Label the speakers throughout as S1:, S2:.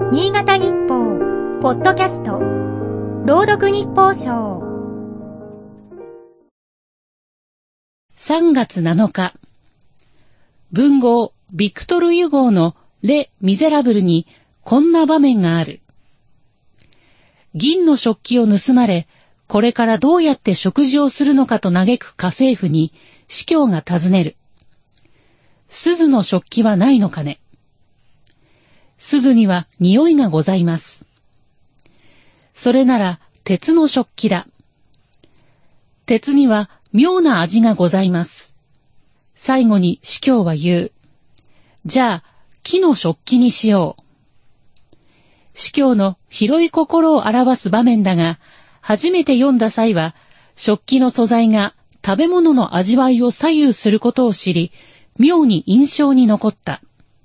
S1: 新潟日報ポッドキャスト朗読日報賞
S2: 3月7日文豪ビクトル・ユゴーのレ・ミゼラブルにこんな場面がある。銀の食器を盗まれ、これからどうやって食事をするのかと嘆く家政婦に司教が尋ねる。錫の食器はないのかね。錫には匂いがございます。それなら鉄の食器だ。鉄には妙な味がございます。最後に司教は言う。じゃあ木の食器にしよう。司教の広い心を表す場面だが、初めて読んだ際は食器の素材が食べ物の味わいを左右することを知り、妙に印象に残った。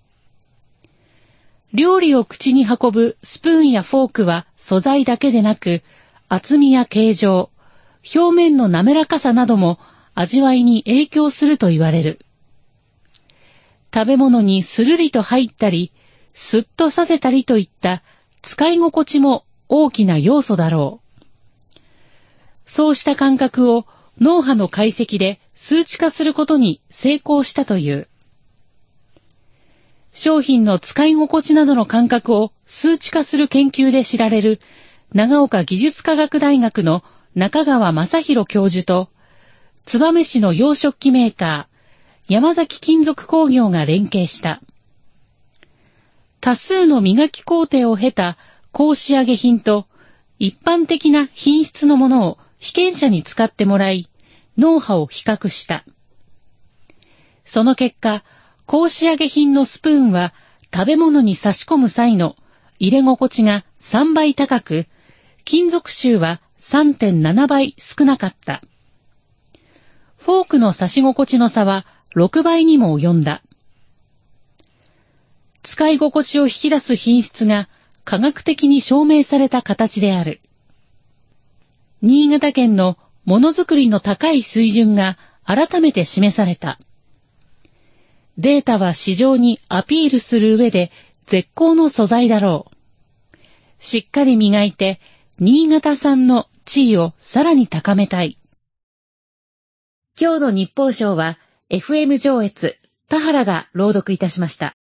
S2: 料理を口に運ぶスプーンやフォークは素材だけでなく、厚みや形状、表面の滑らかさなども味わいに影響すると言われる。食べ物にスルリと入ったり、スッとさせたりといった使い心地も大きな要素だろう。そうした感覚を脳波の解析で数値化することに成功したという。商品の使い心地などの感覚を数値化する研究で知られる長岡技術科学大学の中川正宏教授と燕市の洋食器メーカー山崎金属工業が連携した。多数の磨き工程を経た高仕上げ品と一般的な品質のものを被験者に使ってもらい、脳波を比較した。その結果、高仕上げ品のスプーンは食べ物に差し込む際の入れ心地が3倍高く、金属臭は 3.7 倍少なかった。フォークの差し心地の差は6倍にも及んだ。使い心地を引き出す品質が科学的に証明された形である。新潟県のものづくりの高い水準が改めて示された。データは市場にアピールする上で絶好の素材だろう。しっかり磨いて新潟産の地位をさらに高めたい。今日の日報賞は FM 上越田原が朗読いたしました。